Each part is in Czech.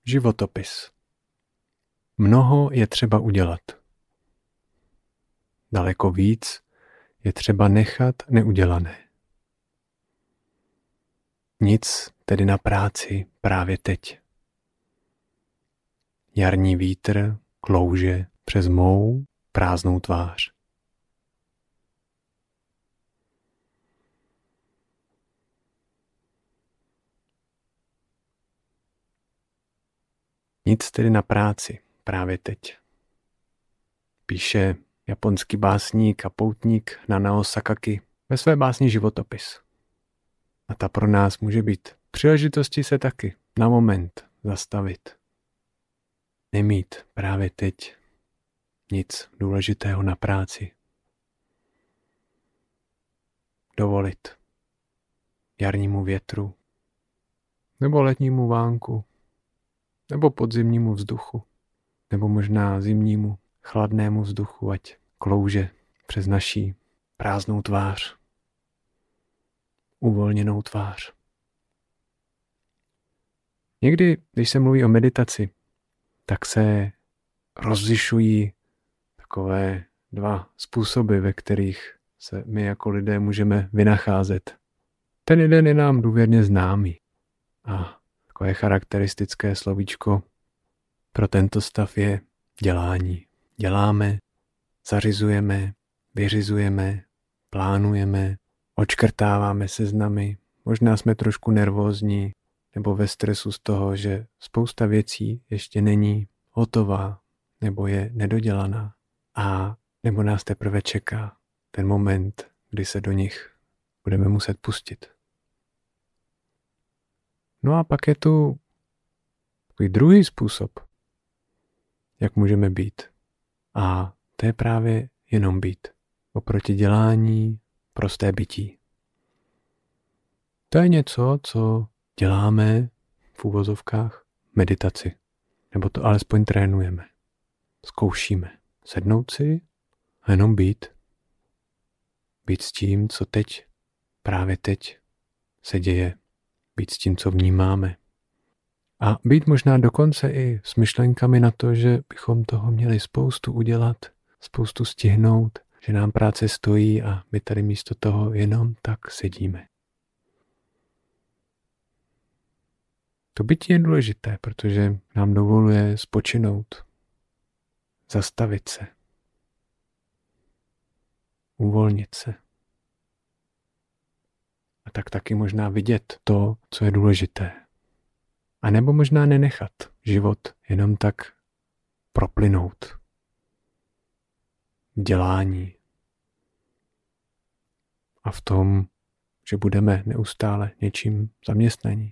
Životopis. Mnoho je třeba udělat. Daleko víc je třeba nechat neudělané. Nic tedy na práci právě teď. Jarní vítr klouže přes mou prázdnou tvář. Nic tedy na práci právě teď. Píše japonský básník a poutník Nanao Sakaki ve své básni Životopis. A ta pro nás může být příležitostí se taky na moment zastavit. Nemít právě teď nic důležitého na práci. Dovolit jarnímu větru, nebo letnímu vánku, nebo podzimnímu vzduchu, nebo možná zimnímu chladnému vzduchu, ať klouže přes naší prázdnou tvář, uvolněnou tvář. Někdy, když se mluví o meditaci, tak se rozlišují takové dva způsoby, ve kterých se my jako lidé můžeme vynacházet. Ten jeden je nám důvěrně známý a takové charakteristické slovíčko pro tento stav je dělání. Děláme, zařizujeme, vyřizujeme, plánujeme, odškrtáváme seznamy, možná jsme trošku nervózní nebo ve stresu z toho, že spousta věcí ještě není hotová nebo je nedodělaná a nebo nás teprve čeká ten moment, kdy se do nich budeme muset pustit. No a pak je tu takový druhý způsob, jak můžeme být. A to je právě jenom být. Oproti dělání prosté bytí. To je něco, co děláme v uvozovkách meditaci. Nebo to alespoň trénujeme. Zkoušíme sednout si a jenom být. Být s tím, co teď, právě teď se děje. Být s tím, co vnímáme. A být možná dokonce i s myšlenkami na to, že bychom toho měli spoustu udělat, spoustu stihnout, že nám práce stojí a my tady místo toho jenom tak sedíme. To bytí je důležité, protože nám dovoluje spočinout, zastavit se, uvolnit se. A tak taky možná vidět to, co je důležité. A nebo možná nenechat život jenom tak proplynout v dělání a v tom, že budeme neustále něčím zaměstnaní.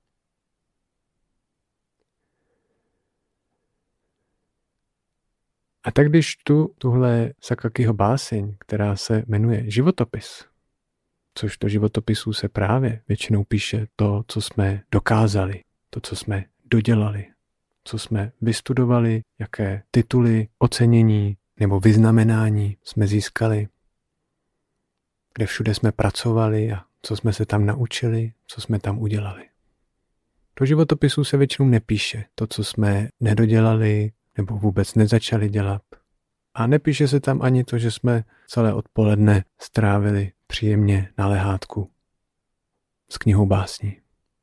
A tak když tuhle Sakakiho báseň, která se jmenuje Životopis, což do životopisů se právě většinou píše to, co jsme dokázali, to, co jsme dodělali, co jsme vystudovali, jaké tituly, ocenění nebo vyznamenání jsme získali, kde všude jsme pracovali a co jsme se tam naučili, co jsme tam udělali. Do životopisů se většinou nepíše to, co jsme nedodělali nebo vůbec nezačali dělat. A nepíše se tam ani to, že jsme celé odpoledne strávili příjemně na lehátku s knihou básní.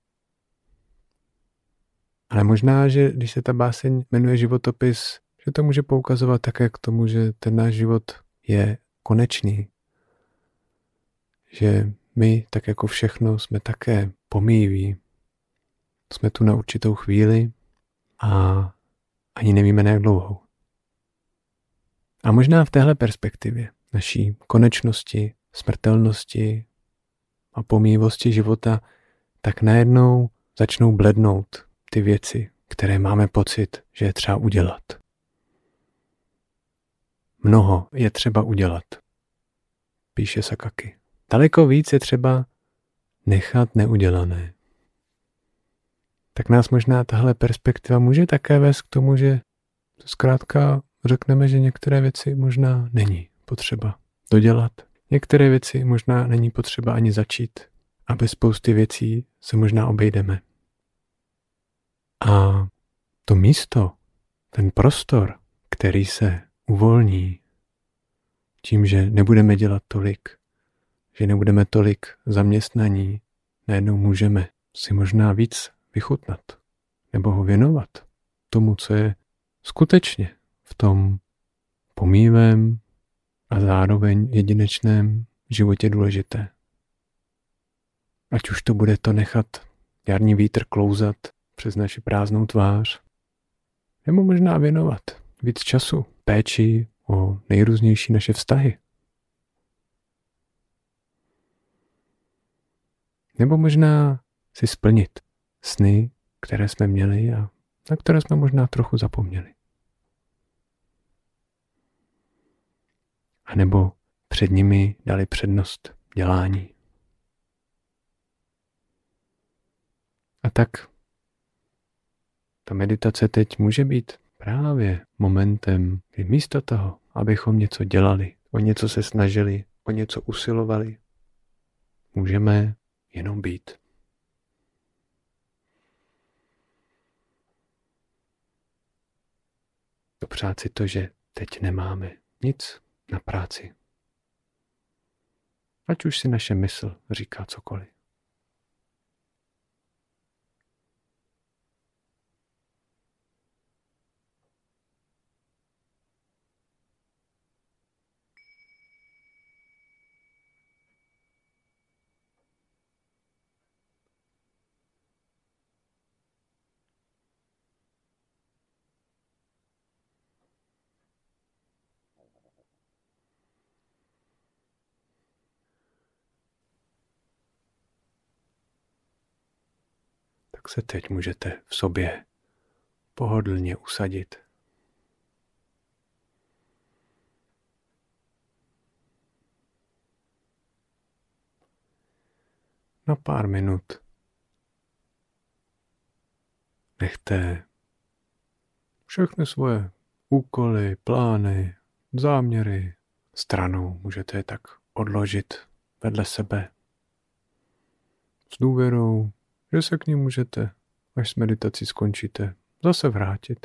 Ale možná, že když se ta báseň jmenuje Životopis, že to může poukazovat také k tomu, že ten náš život je konečný. Že my, tak jako všechno, jsme také pomíjiví. Jsme tu na určitou chvíli a ani nevíme, na jak dlouhou. A možná v téhle perspektivě naší konečnosti, smrtelnosti a pomíjivosti života, tak najednou začnou blednout ty věci, které máme pocit, že je třeba udělat. Mnoho je třeba udělat, píše Sakaki. Daleko víc je třeba nechat neudělané. Tak nás možná tahle perspektiva může také vést k tomu, že zkrátka řekneme, že některé věci možná není potřeba dodělat. Některé věci možná není potřeba ani začít a bez spousty věcí se možná obejdeme. A to místo, ten prostor, který se uvolní tím, že nebudeme dělat tolik, že nebudeme tolik zaměstnaní, najednou můžeme si možná víc vychutnat nebo ho věnovat tomu, co je skutečně v tom pomývém a zároveň jedinečném životě důležité. Ať už to bude to nechat jarní vítr klouzat přes naši prázdnou tvář, nebo možná věnovat víc času péči o nejrůznější naše vztahy. Nebo možná si splnit sny, které jsme měli a na které jsme možná trochu zapomněli. A nebo před nimi dali přednost dělání. A tak ta meditace teď může být právě momentem, kdy místo toho, abychom něco dělali, o něco se snažili, o něco usilovali, můžeme jenom být. Dopřát si to, že teď nemáme nic na práci. Ať už si naše mysl říká cokoliv. Tak se teď můžete v sobě pohodlně usadit. Na pár minut nechte všechny svoje úkoly, plány, záměry stranou. Můžete je tak odložit vedle sebe s důvěrou, že se k ním můžete, až s meditací skončíte, zase vrátit.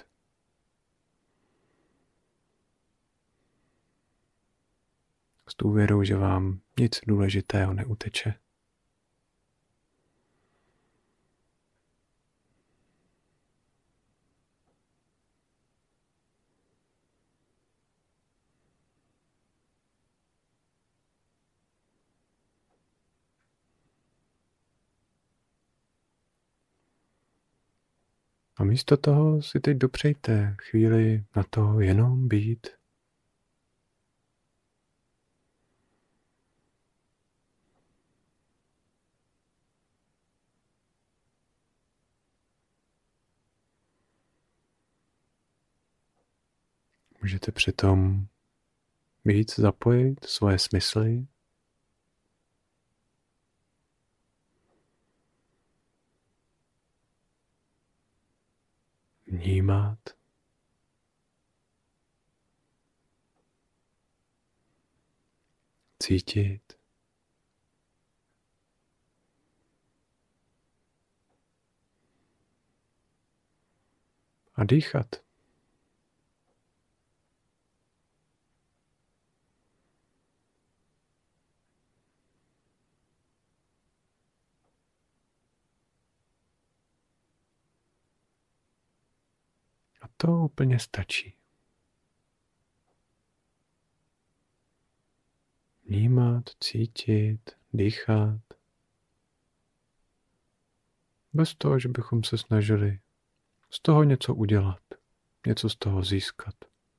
S důvěrou, že vám nic důležitého neuteče. A místo toho si teď dopřejte chvíli na to jenom být. Můžete přitom víc zapojit svoje smysly. Vnímat. Cítit. A dýchat. A to úplně stačí. Vnímat, cítit, dýchat. Bez toho, že bychom se snažili z toho něco udělat, něco z toho získat.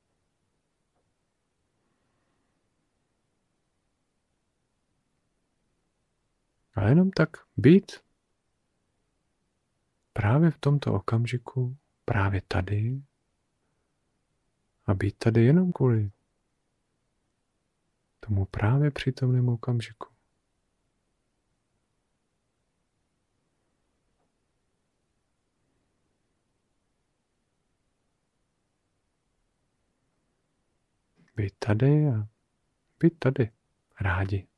A jenom tak být právě v tomto okamžiku, právě tady a být tady jenom kvůli tomu právě přítomnému okamžiku. Být tady a být tady rádi.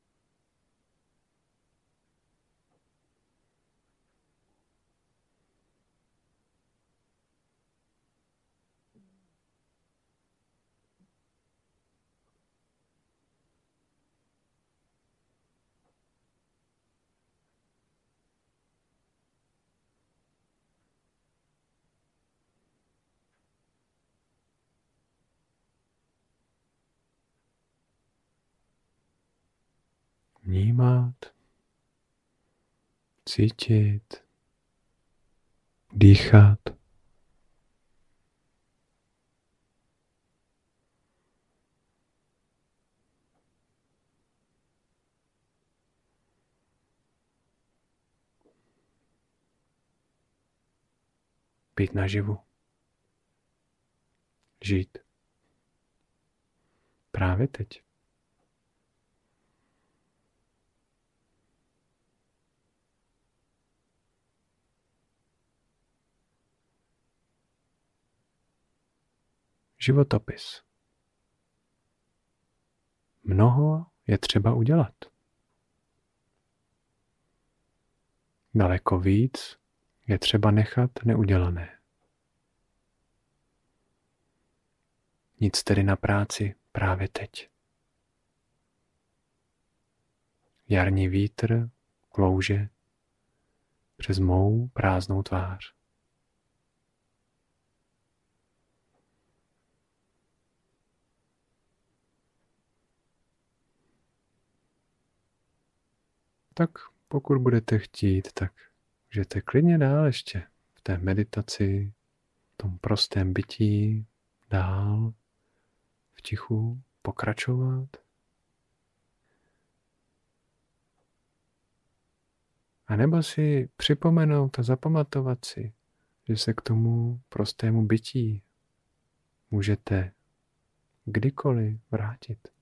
vnímat, cítit, dýchat. Být naživu. Žít. Právě teď. Životopis. Mnoho je třeba udělat. Daleko víc je třeba nechat neudělané. Nic tedy na práci právě teď. Jarní vítr klouže přes mou prázdnou tvář. Tak pokud budete chtít, tak můžete klidně dál ještě v té meditaci, v tom prostém bytí, dál v tichu pokračovat. A nebo si připomenout a zapamatovat si, že se k tomu prostému bytí můžete kdykoliv vrátit.